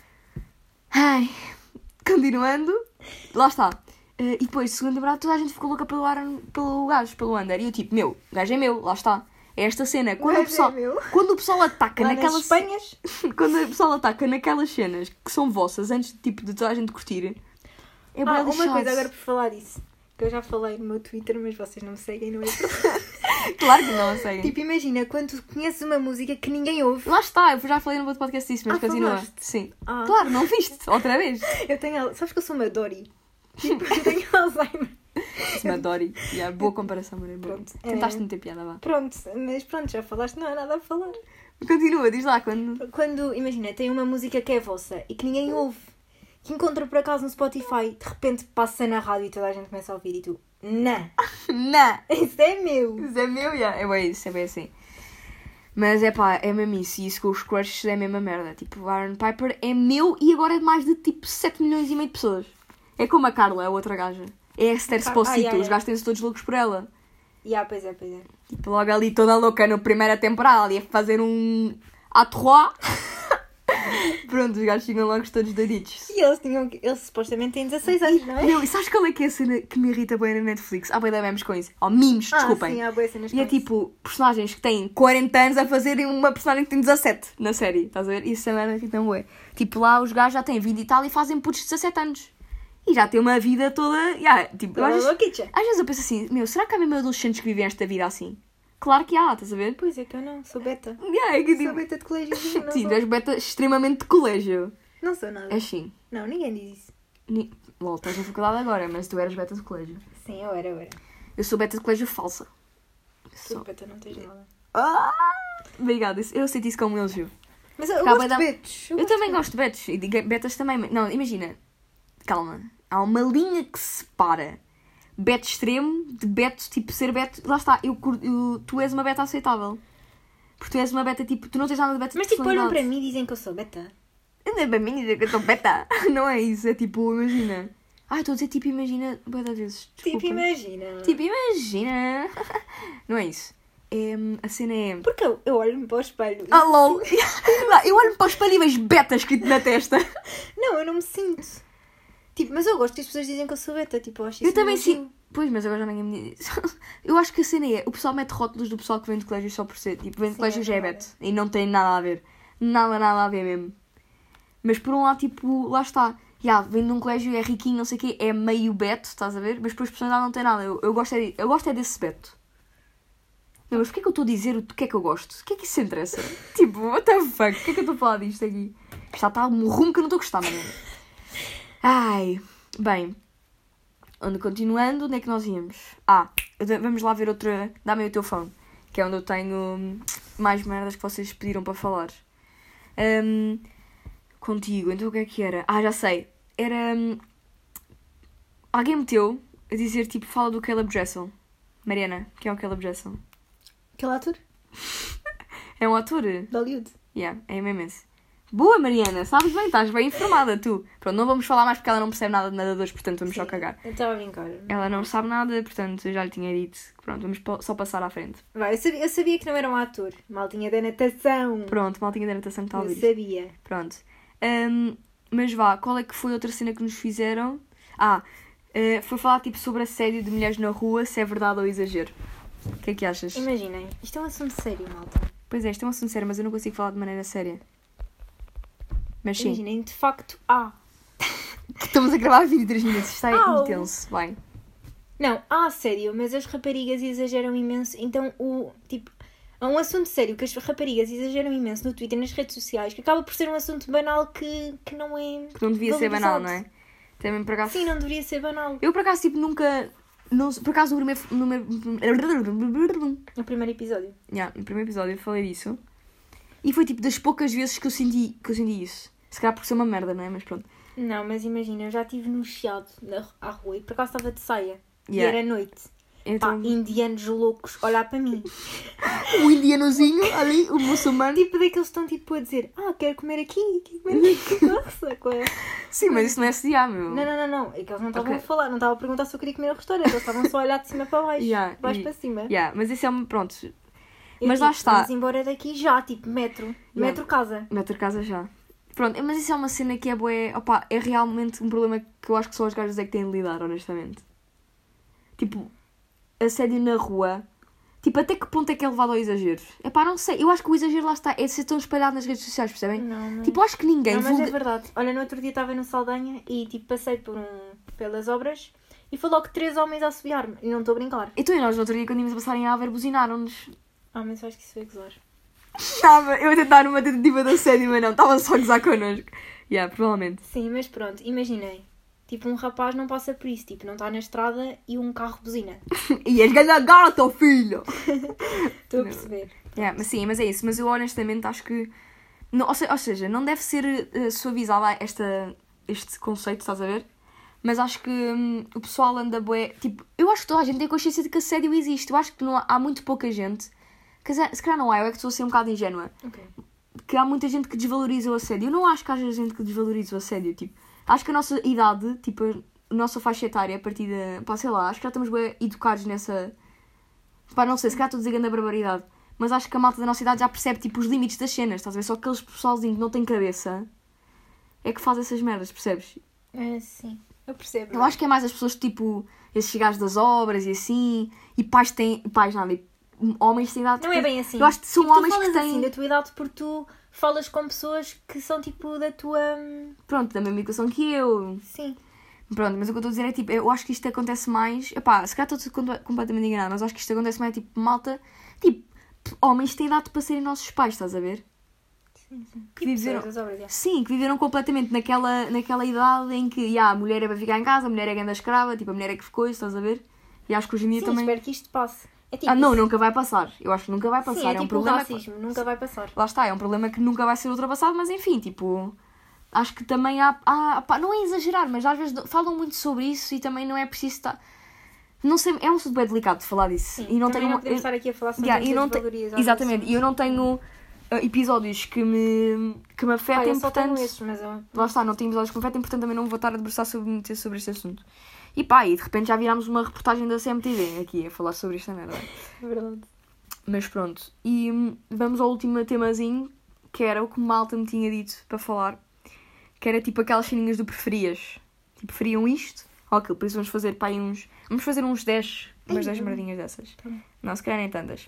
Ai, continuando. Lá está. Uh, e depois, segunda temporada, toda a gente ficou louca pelo, Aaron, pelo gajo, pelo Ander. E eu tipo, meu, o gajo é meu, lá está. É esta cena. Quando, o pessoal, é meu. quando o pessoal ataca Lá naquelas... nas Espanhas. Quando o pessoal ataca naquelas cenas que são vossas, antes tipo, de toda a gente curtir... É Ah, bué uma lixado. coisa agora por falar disso. Que eu já falei no meu Twitter, mas vocês não me seguem, não é? Claro que não a seguem. Tipo, imagina, quando tu conheces uma música que ninguém ouve. Lá está, eu já falei no outro podcast disso, mas Ah, continua. falaste? Sim. Ah. Claro, não viste? Outra vez. Eu tenho... Sabes que eu sou uma Dory? Tipo, eu tenho Alzheimer. Isso uma Dory. Yeah, boa comparação, Maria. Boa. Pronto, Tentaste é- meter piada, vá. Pronto, mas pronto, já falaste, não há nada a falar. Continua, diz lá quando... Quando, imagina, tem uma música que é vossa e que ninguém ouve, que encontra por acaso no Spotify, de repente passa na rádio e toda a gente começa a ouvir e tu, não, Não! isso é meu. Isso é meu, já. É bem isso, é bem assim. Mas é pá, é mesmo isso. E isso com os crushes é a mesma merda. Tipo, o Aaron Piper é meu e agora é de mais de tipo sete milhões e meio de pessoas. É como a Carla, a outra gaja. É a Esther Car- Exposito. ai, ai, Os ai. gajos têm-se todos loucos por ela. E ah, pois é, pois é. Tipo, logo ali toda louca na primeira temporada. Ali a fazer um... à trois. Pronto, os gajos ficam logo todos doiditos. E eles tinham, eles supostamente têm dezasseis anos, não é? Meu, e sabes qual é que é a cena que me irrita bem na Netflix? Ah, bem, dá memes com isso. Ou memes, Ah, desculpem. sim, há boas cenas E é com isso. tipo, personagens que têm quarenta anos a fazerem uma personagem que tem dezassete na série. Estás a ver? Isso é merda que tão bué. Tipo, lá os gajos já têm vinte e tal e fazem putos de dezassete anos. E já têm uma vida toda... Yeah, tipo, eu Toda às, vezes, louquicha. às vezes eu penso assim, meu, será que há mesmo adolescentes que vivem esta vida assim? Claro que há, estás a ver? Pois é que eu não, sou beta. Yeah, é que, Sou tipo, beta de colégio, não sim, sou. tu és beta extremamente de colégio. Não sou nada. É sim. Não, ninguém diz isso. Ni- Lol, estás na faculdade agora, mas tu eras beta de colégio. Sim, eu era, eu era. Eu sou beta de colégio falsa. Tu Sou. beta não tens nada. Ah! Obrigada, isso- eu senti isso como um elogio. Mas eu, eu Acaba gosto de de dar- betos. Eu, também gosto de betos. E de betas também. mas- Não, imagina. Calma. Há uma linha que separa beto extremo de beto, tipo, ser beto. Lá está, eu, cur- eu- tu és uma beta aceitável. Porque tu és uma beta, tipo, tu não tens nada de beta de Mas tipo, olham para personalidade. mim e dizem que eu sou beta. Não é para mim dizer que eu estou beta. Não é isso, é tipo, imagina. Ah, estou a dizer tipo, imagina, bué de vezes. Tipo, Desculpa. imagina. Tipo, imagina. Não é isso. É, a cena é... Porque eu, eu olho-me para o espelho. Ah, lol. Lá, eu olho para o espelho e vejo beta escrito na testa. Não, eu não me sinto. Tipo, mas eu gosto que as pessoas dizem que eu sou beta. Tipo, eu acho Eu isso também muito- sim. Pois, mas agora já ninguém me diz isso. Eu acho que a cena é, o pessoal mete rótulos do pessoal que vem de colégio só por ser. Tipo, vem de Sim, colégio é já é verdade. beto. E não tem nada a ver. Nada, nada a ver mesmo. Mas por um lado, tipo, lá está. Já, vem de um colégio, é riquinho, não sei o quê, é meio beto, estás a ver? Mas depois personalidade não tem nada. Eu, eu, gosto, é de, eu gosto é desse beto. Não, mas porquê é que eu estou a dizer o que é que eu gosto? O que é que isso interessa? Tipo, what the fuck? Porquê é que eu estou a falar disto aqui? Isto já está um rumo que eu não estou a gostar, mano. Ai, bem. Onde, continuando, onde é que nós íamos? Ah, eu te- vamos lá ver outra... Dá-me aí o teu phone. Que é onde eu tenho hum, mais merdas que vocês pediram para falar. Hum, contigo, então o que é que era? Ah, já sei. Era... hum, alguém meteu a dizer, tipo, fala do Caleb Dressel. Mariana, quem é o Caleb Dressel? Aquele ator? É um ator? De Hollywood. Yeah, é mesmo esse. Boa, Mariana, sabes bem, estás bem informada, tu. Pronto, não vamos falar mais porque ela não percebe nada de nadadores, portanto vamos só Sim, cagar. Eu estava a brincar. Ela não sabe nada, portanto eu já lhe tinha dito que pronto, vamos po- só passar à frente. Vai, eu sabia, eu sabia que não era um ator. Maltinha da natação. Pronto, maltinha da natação que está a Eu ouvir isto. sabia. Pronto. Hum, mas vá, qual é que foi outra cena que nos fizeram? Ah, eh, foi falar tipo sobre assédio de mulheres na rua, se é verdade ou exagero. O que é que achas? Imaginem, isto é um assunto sério, malta. Pois é, isto é um assunto sério, mas eu não consigo falar de maneira séria. Mas sim, Imaginem, de facto, há. estamos a gravar vinte e três minutos, isto é Au. intenso, vai. Não, há sério, mas as raparigas exageram imenso. Então, o tipo, há um assunto sério que as raparigas exageram imenso no Twitter e nas redes sociais, que acaba por ser um assunto banal que, que não é. Que não devia ser banal, não valorizado. é? Também por acaso... Sim, não deveria ser banal. Eu por acaso tipo nunca... Não, por acaso no primeiro... No primeiro... No primeiro episódio. Yeah, no primeiro episódio eu falei disso. E foi tipo das poucas vezes que eu senti, que eu senti isso. Se calhar porque sou uma merda, não é? Mas pronto. Não, mas imagina, eu já estive no Chiado, na, à rua, e por acaso estava de saia. Yeah. E era noite. Então... Pá, indianos loucos, olhar para mim. o indianozinho ali, o muçulmano. Tipo daqueles que estão tipo a dizer, ah, quero comer aqui, quero comer aqui. Nossa, qual é? Sim, mas isso não é assediar, meu. Não, não, não, não. É que eles não estavam Ok. a falar, não estavam a perguntar se eu queria comer no restaurante, eles estavam só a olhar de cima para baixo, Yeah, de baixo e- para cima. Yeah, mas isso é um. Pronto. Eu, Mas tipo, lá está. Vamos embora daqui já, tipo, metro. Metro casa. Metro casa já. Pronto, mas isso é uma cena que é bué. Opa, é realmente um problema que eu acho que só os gajos é que têm de lidar, honestamente. Tipo, assédio na rua. Tipo, até que ponto é que é levado ao exagero? Epá, não sei. Eu acho que o exagero lá está. É ser tão espalhado nas redes sociais, percebem? Não, não. Tipo, eu acho que ninguém. Não, mas é vulga- verdade. Olha, no outro dia estava no Saldanha e tipo passei por um, pelas obras e foi logo três homens a assobiar-me. E não estou a brincar. Então, e nós no outro dia, quando íamos a passar em Aveiro, buzinaram-nos. Ah, mas eu acho que isso foi gozar. Estava, eu a tentar uma tentativa de assédio, mas não, estava só a gozar connosco. Yeah, provavelmente. Sim, mas pronto, imaginei. Tipo, um rapaz não passa por isso. Tipo, não está na estrada e um carro buzina. E és ganda gata, filho! Estou a Não. perceber. Yeah, mas sim, mas é isso. Mas eu honestamente acho que. Não, ou, se- ou seja, não deve ser uh, suavizada esta, este conceito, estás a ver? Mas acho que hum, o pessoal anda bué. Tipo, eu acho que toda a gente tem consciência de que assédio existe. Eu acho que não há, há muito pouca gente. Quer dizer, se calhar não há, eu é que estou a ser um bocado ingênua. Ok. Que há muita gente que desvaloriza o assédio. Eu não acho que haja gente que desvaloriza o assédio. Tipo, acho que a nossa idade, tipo, a nossa faixa etária, a partir da. Pá, sei lá, acho que já estamos bem educados nessa. Pá, não sei, se calhar estou a dizer grande barbaridade. Mas acho que a malta da nossa idade já percebe, tipo, os limites das cenas, estás a ver? Só aqueles pessoalzinhos que não têm cabeça é que fazem essas merdas, percebes? É, sim. Eu percebo. Eu acho que é mais as pessoas, tipo, esses gajos das obras e assim, e pais têm. Pais nada, e homens têm idade. Não é bem assim. Eu acho que são Tipo, homens tu que falas têm. assim da tua idade porque tu falas com pessoas que são tipo da tua... hum, Pronto, da mesma educação que eu. Sim. Pronto, mas o que eu estou a dizer é tipo, eu acho que isto acontece mais. Epá, se calhar estou com- completamente enganada, mas acho que isto acontece mais tipo, malta. Tipo, homens que têm idade para serem nossos pais, estás a ver? Sim, sim. Que Tipo viveram- pessoas das obras, é. Sim, que viveram completamente naquela, naquela idade em que yeah, a mulher é para ficar em casa, a mulher é grande escrava, tipo, a mulher é que ficou, estás a ver? E acho que hoje em dia Sim, também. espero que isto passe. É tipo Ah, não, isso. nunca vai passar. Eu acho que nunca vai passar. Sim, é, é um tipo problema. o racismo, nunca vai passar. Lá está, é um problema que nunca vai ser ultrapassado, mas enfim, tipo. Acho que também há. há pá, não é exagerar, mas às vezes falam muito sobre isso e também não é preciso estar. Não sei, é um assunto bem delicado de falar disso. Sim, e não também tenho. não podemos eu- estar aqui a falar sobre Yeah, e muitas não te- valorias às Exatamente, vezes. e eu não tenho uh, episódios que me, que me Ah, afetem, eu só tenho portanto. esses, mas eu... Lá está, não tenho episódios que me afetem, portanto também não vou estar a debruçar sobre, muito sobre este assunto. E pá, e de repente já virámos uma reportagem da C M T V aqui a falar sobre esta merda. É verdade. Mas pronto, e hum, vamos ao último temazinho, que era o que Malta me tinha dito para falar, que era tipo aquelas ceninhas do preferias. Tipo, preferiam isto ou aquilo, por isso vamos fazer pá, aí uns. Vamos fazer uns dez, umas dez merdinhas dessas. Tá bem. Não, se calhar nem tantas.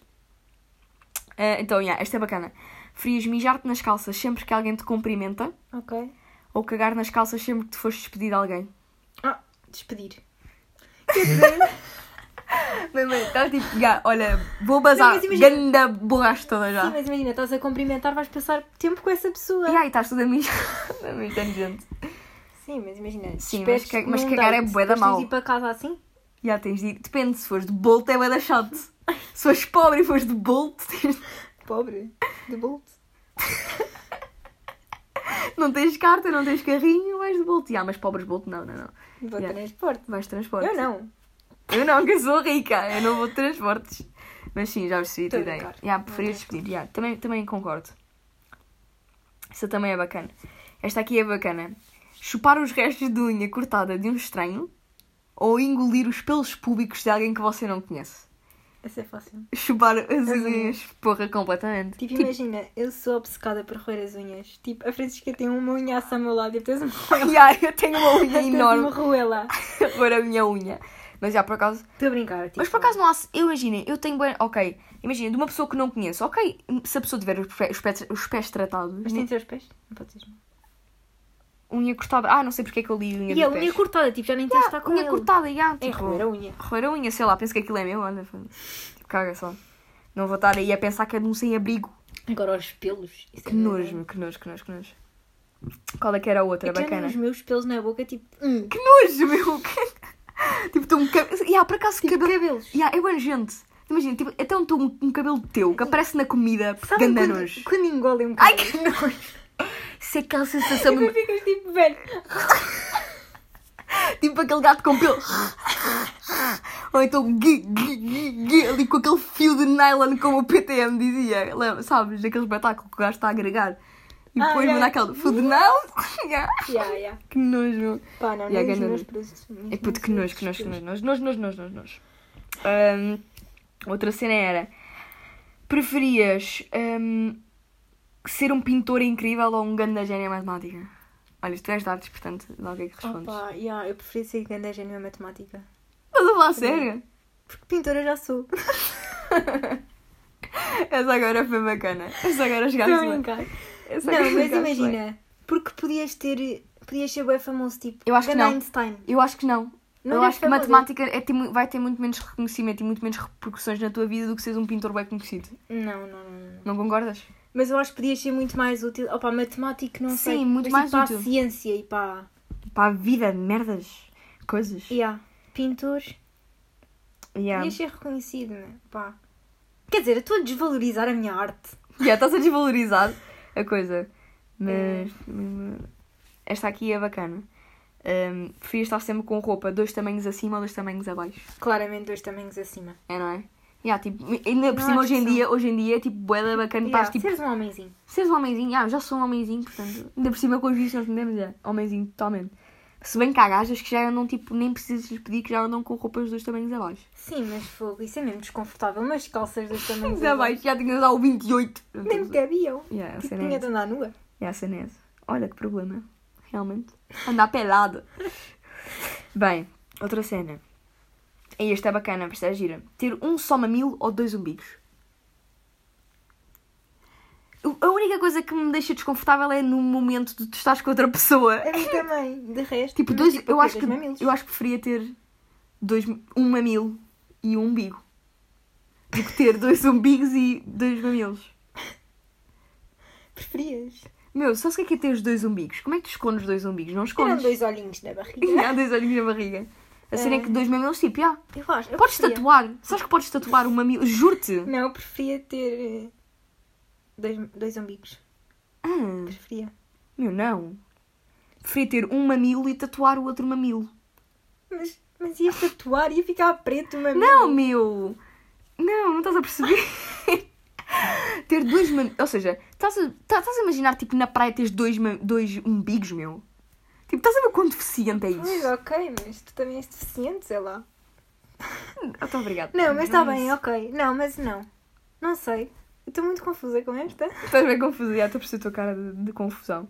Ah, então, yeah, esta é bacana. Preferias mijar-te nas calças sempre que alguém te cumprimenta Ok. ou cagar nas calças sempre que te fores despedir de alguém? Ah, despedir. Quer dizer... Bem, bem, tá tipo, yeah, olha, vou bazar, Não, mas imagina- ganda borracha toda já. Sim, mas imagina, estás a cumprimentar, vais passar tempo com essa pessoa. E aí, estás tudo a mijar. É muito gente. Sim, mas imagina, Sim, despedes mas ca- mas num cagar é date, bué da depois tens mau. de ir para casa assim? Já tens de ir. Depende, se fores de Bolt é bué da chato. Se fores pobre e fores de Bolt, tens- Pobre. De Bolt. não tens carta, não tens carrinho, vais de Bolt. Já, mas pobres Bolt não, não, não. Vou Yeah. de transporte. Vais de transporte. Eu não. Eu não, que eu sou rica. Eu não vou de transportes. Mas sim, já percebi a tua Estou a ideia. brincar. Já, Não preferia é. despedir. Já, também, também concordo. Essa também é bacana. Esta aqui é bacana. Chupar os restos de unha cortada de um estranho ou engolir os pelos públicos de alguém que você não conhece. Essa é fácil. Chupar as As unhas, porra, completamente. Tipo, imagina, eu sou obcecada por roer as unhas. Tipo, a Francisca tem uma unha ao meu lado e tens uma roela. Ya, eu tenho uma unha Tens uma enorme roela. para a minha unha. Mas já, por acaso... Estou a brincar. Tipo, Mas por acaso não há... Eu imagino, eu tenho... bué- Ok, imagina, de uma pessoa que não conheço. Ok, se a pessoa tiver os pés, os pés, os pés tratados... Mas tem de ter os pés? Não pode ser. Unha cortada... Ah, não sei porque é que eu li unha E a dos unha pés. cortada, tipo, já nem tens de Ya, estar com unha ele. cortada, já. É Tipo, roer a unha. roer a unha, sei lá, penso que aquilo é meu, olha. Tipo, caga só. Não vou estar aí a pensar que é de um sem-abrigo. Agora os pelos. Isso é Que nojo, meu, que nojo, que nojo, que nojo. Qual é que era a outra? É que Bacana. os meus pelos na boca, tipo... Hum. Que nojo, meu. Tipo, estou um cabelo... Ya, por acaso, Tipo cabelo... cabelos. Ya, é bem gente. Imagina, tipo, até um, um, um cabelo teu que aparece na comida, Sabem ganda quando, nojo. quando engolem um Ai, cabelo? que nojo. Isso é aquela sensação... E depois ficas tipo, velho. Tipo aquele gato com pelo. Ou então gui, gui, gui, gui, ali com aquele fio de nylon como o P T M dizia. Lembra, sabes? Aquele espetáculo que o gajo está a agregar. E Ah, depois yeah. manda aquele fio de nylon. Yeah. Yeah, yeah. Que nojo. Pá, não, Yeah, nem os ganda meus nojo. produtos. É puto, que nojo, que nojo, que nojo. Nojo, nojo, nojo, nojo, nojo, nojo. Um, outra cena era... Preferias um, ser um pintor incrível ou um ganda gênio em matemática? Olha, tu és de artes, portanto, dá o que é que respondes. Opa, yeah, eu preferia ser grande gênio em matemática. Estás a falar a sério? Porque pintora já sou. Essa agora foi bacana. Essa agora Estou a chegaste brincar. bem. Essa Não, agora mas chegaste bem. imagina, porque podias ter. Podias ser bem famoso, tipo. Eu acho que Ganda não. Einstein. Eu acho que não. Não eu és acho que famoso. matemática é ter mu- vai ter muito menos reconhecimento e muito menos repercussões na tua vida do que seres um pintor bem conhecido. Não, não, não, não. Não concordas? Mas eu acho que podias ser muito mais útil. Opa, matemático, não Sim, sei. muito mas, mais tipo, útil. para a ciência e para. Para a vida, merdas, coisas. Yeah. Pintor. Yeah. Podias ser reconhecido, né? Pá. Quer dizer, eu estou a desvalorizar a minha arte. Yeah, estás a desvalorizar a coisa. Mas. hum, Esta aqui é bacana. Um, preferias estar sempre com roupa dois tamanhos acima ou dois tamanhos abaixo? Claramente dois tamanhos acima. É, não é? Yeah, tipo, ainda por Não cima há hoje em discussão. dia, hoje em dia é tipo bué bacana. Yeah, Estás, tipo, seres um homenzinho. seres um homenzinho, ah, eu já sou um homenzinho, portanto, ainda por cima com os vistos nós podemos dizer homenzinho totalmente. Se bem que há gajas que já andam, tipo, nem precisas lhes pedir que já andam com roupas dois tamanhos abaixo. Sim, mas fogo, isso é mesmo desconfortável. Mas calças dois tamanhos Mas abaixo, já tinhas lá o vinte e oito. nem me cabiam. Yeah, a Tipo, cena é tinha de essa. andar nua. Yeah, a cena é essa. Olha que problema, realmente. Andar pelada. Bem, outra cena. E esta é bacana, esta é gira. Ter um só mamilo ou dois umbigos? A única coisa que me deixa desconfortável é no momento de tu estás com outra pessoa. A mim também, de resto. Tipo, mas, dois, tipo, eu, o quê? acho que, Dois mamilos? eu acho que preferia ter dois, um mamilo e um umbigo do que ter dois umbigos e dois mamilos. Preferias? Meu, sabes o que é que é ter os dois umbigos? Como é que tu escondes os dois umbigos? Não Eram escondes. dois olhinhos na barriga. Há dois olhinhos na barriga. A cena é que Ah. dois mamilos, tipo, já. Eu acho. Eu Podes preferia. tatuar. Sabes que podes tatuar um mamilo? Juro-te. Não, eu preferia ter eh, dois, dois umbigos. Ah, Preferia. meu, não. Preferia ter um mamilo e tatuar o outro mamilo. Mas, mas ias tatuar, ia ficar preto o mamilo. Não, meu. Não, não estás a perceber. Ter dois mamilos. Ou seja, estás a, tá- estás a imaginar, tipo, na praia teres dois, ma- dois umbigos, meu? Tipo, estás a ver quão deficiente é Pois, isso? ok, mas tu também és deficiente, sei lá. Ah, tá, obrigada. Não, mas está é bem, isso. ok. Não, mas não. Não sei. Eu estou muito confusa com esta. Estás bem confusa, já estou a perceber a tua cara de, de confusão.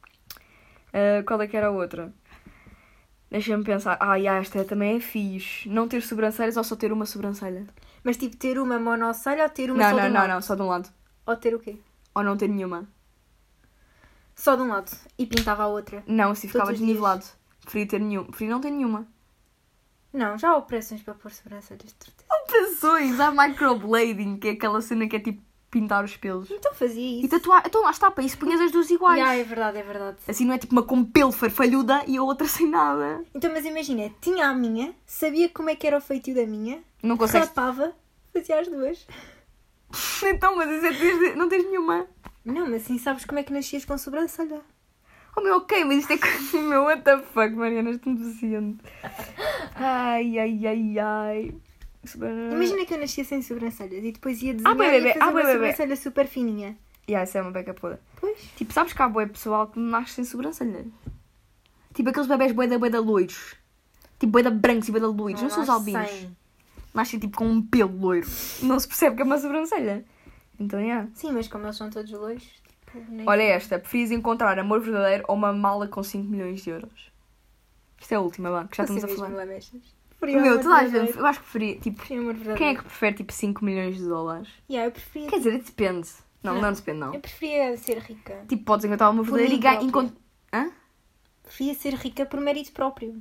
Ah, qual é que era a outra? Deixa-me pensar. Ah, já, esta também é fixe. Não ter sobrancelhas ou só ter uma sobrancelha? Mas tipo, ter uma monocelha ou ter uma Não, só não, de um não, lado? não, só de um lado. Ou ter o quê? Ou não ter nenhuma. Só de um lado. E pintava a outra. Não, assim ficava Todos os desnivelado. Preferia ter nenhuma. Preferia não ter nenhuma. Não, já há operações para pôr sobrancelhas, de certeza. Operações, há microblading, que é aquela cena que é tipo pintar os pelos. Então fazia isso. E tatuar. Então lá está, para isso punhas as duas iguais. Já, é verdade, é verdade. Assim não é tipo uma com pelo farfalhuda e a outra sem nada. Então, mas imagina, tinha a minha, sabia como é que era o feitio da minha, Não consegues. rapava, fazia as duas. Então, mas isso é teres- não tens nenhuma. Não, mas assim sabes como é que nascias com sobrancelha. Oh meu, ok, mas isto é que... Meu, what the fuck, Mariana, estou deficiente. Ai, ai, ai, ai. Imagina que eu nascia sem sobrancelhas e depois ia desenhar Ah, bem, e ia bebê, fazer ah, uma bem, bebê. sobrancelha super fininha. Yeah, essa é uma beca podre. Pois. Tipo, sabes que há bué pessoal que nasce sem sobrancelhas? Tipo aqueles bebés bué da bué da loiros. Tipo bué da brancos e bué da loiros. Não, são os nasce albinos. sem. Nascem tipo com um pelo loiro. Não se percebe que é uma sobrancelha. Então, yeah. Sim, mas como eles são todos loiros, tipo, nem... Olha esta. Preferias encontrar amor verdadeiro ou uma mala com cinco milhões de euros? Isto é a última, vá, que já estamos a falar. Meu, toda a gente, eu acho que preferia, tipo, Preferia amor verdadeiro. quem é que prefere tipo cinco milhões de dólares? Yeah, eu preferia... Quer dizer, depende. Não, não, Não. depende, não. Eu preferia ser rica. Tipo, podes encontrar uma Por verdadeira e mim ganhar... própria. Encont... Hã? Preferia ser rica por mérito próprio.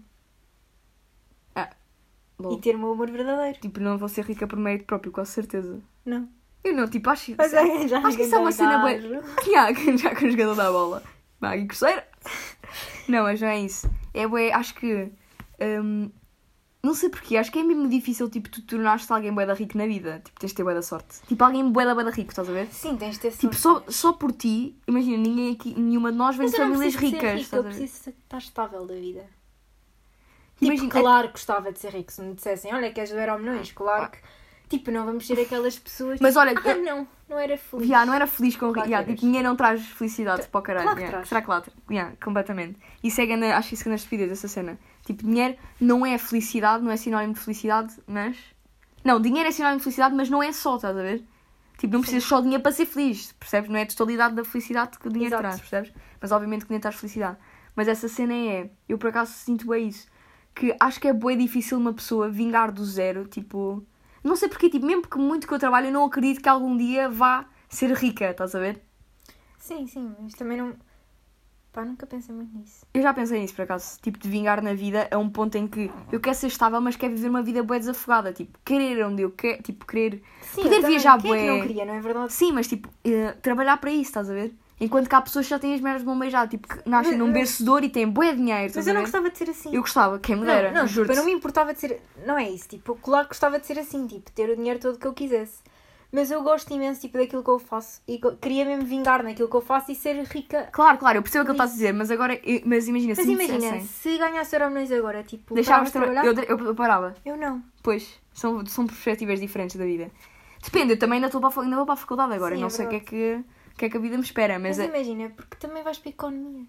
Ah, lol. E ter o meu amor verdadeiro. Tipo, não vou ser rica por mérito próprio, com certeza. Não. Eu não, tipo, acho, Mas é, já acho que isso é uma cena boa. gajo. Já, já com o jogador da bola. Vai, e coceira. Não, mas não é isso. É bué, acho que... hum, não sei porquê, acho que é mesmo difícil, tipo, tu tornares-te alguém bué da rico na vida. Tipo, tens de ter bué da sorte. Tipo, alguém bué da bué da rico, estás a ver? Sim, tens de ter Tipo, sorte. só, só por ti, imagina, ninguém aqui, nenhuma de nós vem Mas de eu não famílias preciso ser ricas, rica, estás eu a ver? preciso estar estável da vida. Tipo, Imagina, claro que gostava de ser rico. Se me dissessem, olha, queres ver ao milhões? Claro que... Tipo, não vamos ser aquelas pessoas... Mas olha... Ah, não. Não era feliz. Yeah, não era feliz com... Claro Yeah, tipo, dinheiro não traz felicidade T- para o caralho. claro que Yeah. traz. Será que lá traz? Yeah, completamente. Isso é grande, acho isso grande estupidez, essa cena. Tipo, dinheiro não é felicidade, não é sinónimo de felicidade, mas... Não, dinheiro é sinónimo de felicidade, mas não é só, estás a ver? Tipo, não precisas só de dinheiro para ser feliz, percebes? Não é a totalidade da felicidade que o dinheiro Exato. traz, percebes? Mas obviamente que nem traz felicidade. Mas essa cena é... Eu por acaso sinto bem isso. Que acho que é bué difícil uma pessoa vingar do zero, tipo... Não sei porquê, tipo, mesmo que muito que eu trabalho, eu não acredito que algum dia vá ser rica, estás a ver? Sim, sim, mas também não... Pá, nunca pensei muito nisso. Eu já pensei nisso, por acaso. Tipo, de vingar na vida a um ponto em que eu quero ser estável, mas quero viver uma vida bué desafogada. Tipo, querer onde eu quero, tipo, querer... Sim, poder eu também. viajar Quem é que bué. não queria, não é verdade? Sim, mas tipo, eh, trabalhar para isso, estás a ver? Enquanto que há pessoas que já têm as merdas de mão beijada, tipo, que nascem Mas- num mas- berço de ouro e têm bué dinheiro, Mas estás eu a não ver? gostava de ser assim. Eu gostava, quem me dera, Não, não, tipo, juro-te. eu não me importava de ser... Não é isso, tipo, claro que gostava de ser assim, tipo, ter o dinheiro todo que eu quisesse. Mas eu gosto imenso, tipo, daquilo que eu faço. E go- queria mesmo vingar naquilo que eu faço e ser rica. Claro, claro, eu percebo o que ele está a dizer, mas agora, eu- mas imagina, Mas se me imagina, dissessem, se ganhasse Euromilhões agora, tipo, deixavas paravas de de trabalhar? eu, eu, eu parava. Eu não. Pois, são, são perspectivas diferentes da vida. Depende, eu também ainda, estou para, a fa- ainda vou para a faculdade agora, Sim, não é sei o que é verdade. que, o que é que a vida me espera, mas... Mas é- imagina, porque também vais para a economia.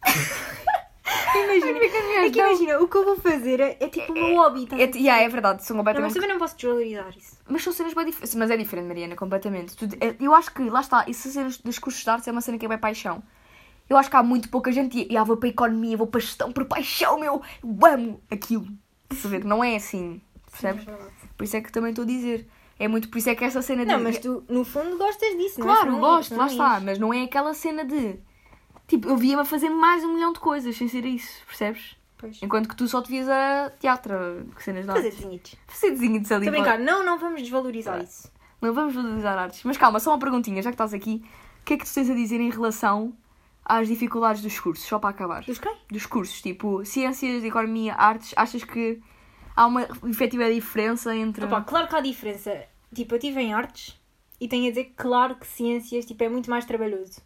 Imagina, economia, é que não. imagina, o que eu vou fazer é, é tipo o meu hobby, tá? É, yeah, é verdade, são Não, mas completamente... também não posso desvalorizar isso. Mas são cenas bem diferentes. Mas é diferente, Mariana, completamente. Tu- é- Eu acho que, lá está, isso cenas dos cursos de artes é uma cena que é bem paixão. Eu acho que há muito pouca gente e ah, vou para a economia, vou para a gestão por paixão, meu. Eu amo aquilo. Estás a ver? Não é assim. Percebes? Sim, é verdade. Por isso é que também estou a dizer. É muito por isso é que essa cena de... Não, mas tu, no fundo, gostas disso, não é? Claro, Não é- gosto, não lá é está. isso. Mas não é aquela cena de... Tipo, eu via-me a fazer mais um milhão de coisas sem ser isso, percebes? Pois. Enquanto que tu só te vias a teatro, que cenas de Fazer artes. desenhitos. Fazer desenhos ali. Estou a para- brincar, não, não vamos desvalorizar isso. Não vamos valorizar artes. Mas calma, só uma perguntinha, já que estás aqui. O que é que tu tens a dizer em relação às dificuldades dos cursos, só para acabar? Dos quem? Dos cursos, tipo, ciências, economia, artes, achas que há uma efetiva diferença entre... Opa, claro que há diferença. Tipo, eu estive em artes e tenho a dizer que claro que ciências tipo, é muito mais trabalhoso.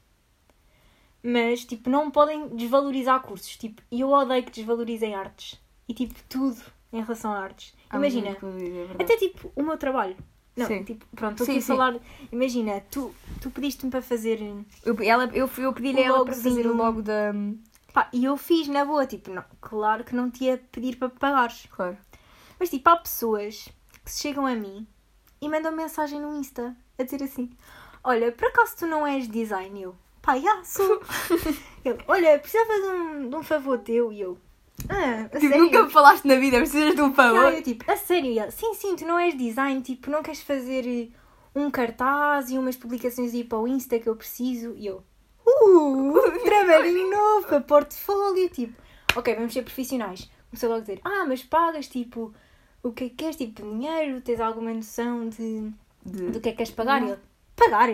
Mas, tipo, não podem desvalorizar cursos. Tipo, e eu odeio que desvalorizem artes. E, tipo, tudo em relação a artes. Há Imagina, muito que dizer, é verdade. até, tipo, o meu trabalho. Não, Sim. tipo, pronto, estou Sim, aqui a sim. falar... Imagina, tu, tu pediste-me para fazer... Eu, ela, eu, eu pedi-lhe O a ela para logozinho. fazer o logo da... Pá, e eu fiz na boa, tipo, não, claro que não te ia pedir para pagares. Claro. Mas, tipo, há pessoas que chegam a mim e mandam mensagem no Insta a dizer assim: olha, por acaso tu não és design? Eu, pá, já sou. Ele, olha, precisava de um, de um favor teu. E eu, ah, a Tipo, sério? nunca me falaste na vida, precisas de um E favor. aí eu, tipo, a sério? E ele, sim, sim, tu não és design, tipo, não queres fazer eh, um cartaz e umas publicações aí para o Insta que eu preciso? E eu, uh, trabalhinho novo para portfólio, tipo, ok, vamos ser profissionais. Comecei logo a dizer, ah, mas pagas, tipo, o que é que queres, tipo, dinheiro? Tens alguma noção de, De- do que é que queres pagar? E ele, pagar?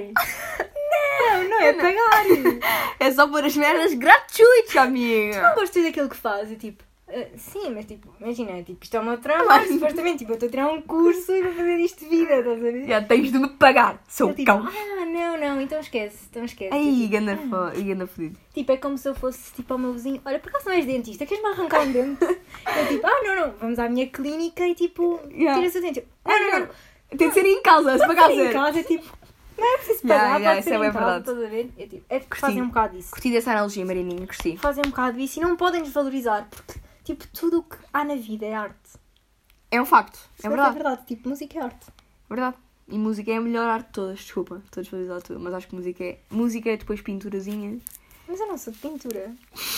Não, não é pagar. É só pôr as merdas gratuitas, amiga. Não gosto daquilo que faz. Eu, tipo, ah, sim, mas tipo, imagina, tipo, isto é o meu trabalho, supostamente, tipo, eu estou a tirar um curso e vou fazer isto de vida, estás a ver? Já tens de me pagar, sou Eu, tipo, cão. ah, não, não, então esquece, então esquece. Ai, tipo, ganda fo- ganda fodido. tipo, é como se eu fosse, tipo, ao meu vizinho, olha, por acaso não és dentista, queres-me arrancar um dente? Eu, tipo, ah, não, não, vamos à minha clínica e, tipo, Yeah. tira-se o dente. Eu, ah, não, não, Tem de ser em casa, se pagar em zero. casa, tipo, não é preciso Yeah, pagar, yeah, pode isso ser é em bem casa, verdade. estás a ver? Eu, tipo, é que Curti. fazem um bocado disso. Curti dessa analogia, Marininha, curti. Fazem um bocado disso e não podem desvalorizar, porque, tipo, tudo o que há na vida é arte. É um facto, é É verdade. verdade, tipo, música é arte. Verdade. E música é a melhor arte de todas, desculpa, estou a desvalorizar tudo, mas acho que música é. Música é depois pinturazinha. Mas eu não sou de pintura.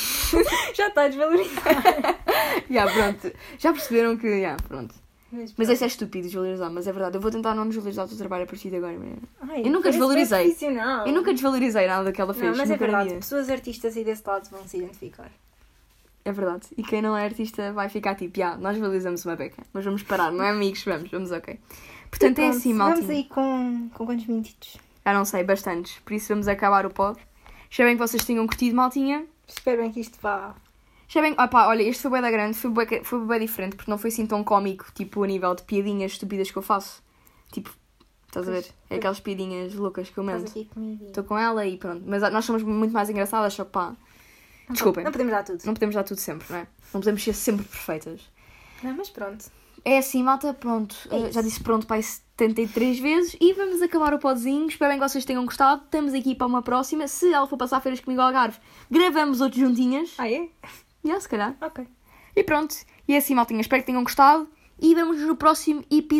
Já está a desvalorizar. Já, pronto. Já perceberam que. Já, pronto. Mas, Mas esse é estúpido, desvalorizar, mas é verdade. Eu vou tentar não desvalorizar o teu trabalho a partir de agora, Mariana. Ai, eu nunca parece desvalorizei. bem profissional. Eu nunca desvalorizei nada que ela fez. Não, mas é nunca na verdade. vida. Pessoas artistas aí desse lado vão se identificar. É verdade. E quem não é artista vai ficar tipo, já, nós valorizamos uma beca. Mas vamos parar, não é amigos? Vamos, vamos, ok. Portanto, E é pronto, assim, Vamos maltinha. aí com, com quantos minutitos? Já não sei, bastantes. Por isso vamos acabar o pod. Espero bem que vocês tenham curtido, maltinha. Espero bem que isto vá... Já bem, opá, olha, este foi bué da grande, foi bué, foi bué diferente, porque não foi assim tão cómico, tipo, a nível de piadinhas estúpidas que eu faço. Tipo, estás a ver? Pois, É aquelas piadinhas loucas que eu Estás mando. aqui comigo. Estou com ela e pronto. Mas nós somos muito mais engraçadas, só que pá, Não desculpem. Não podemos dar tudo. não podemos dar tudo sempre, não é? Não podemos ser sempre perfeitas. Não, mas pronto. É assim, malta, pronto. É Uh, já disse pronto para aí setenta e três vezes e vamos acabar o podzinho. Espero que vocês tenham gostado. Estamos aqui para uma próxima. Se ela for passar férias comigo ao Algarve, gravamos outros juntinhas. Ah, é? Já, se calhar. Ok. E pronto. E é assim, maltinha. Espero que tenham gostado e vemos no próximo episódio.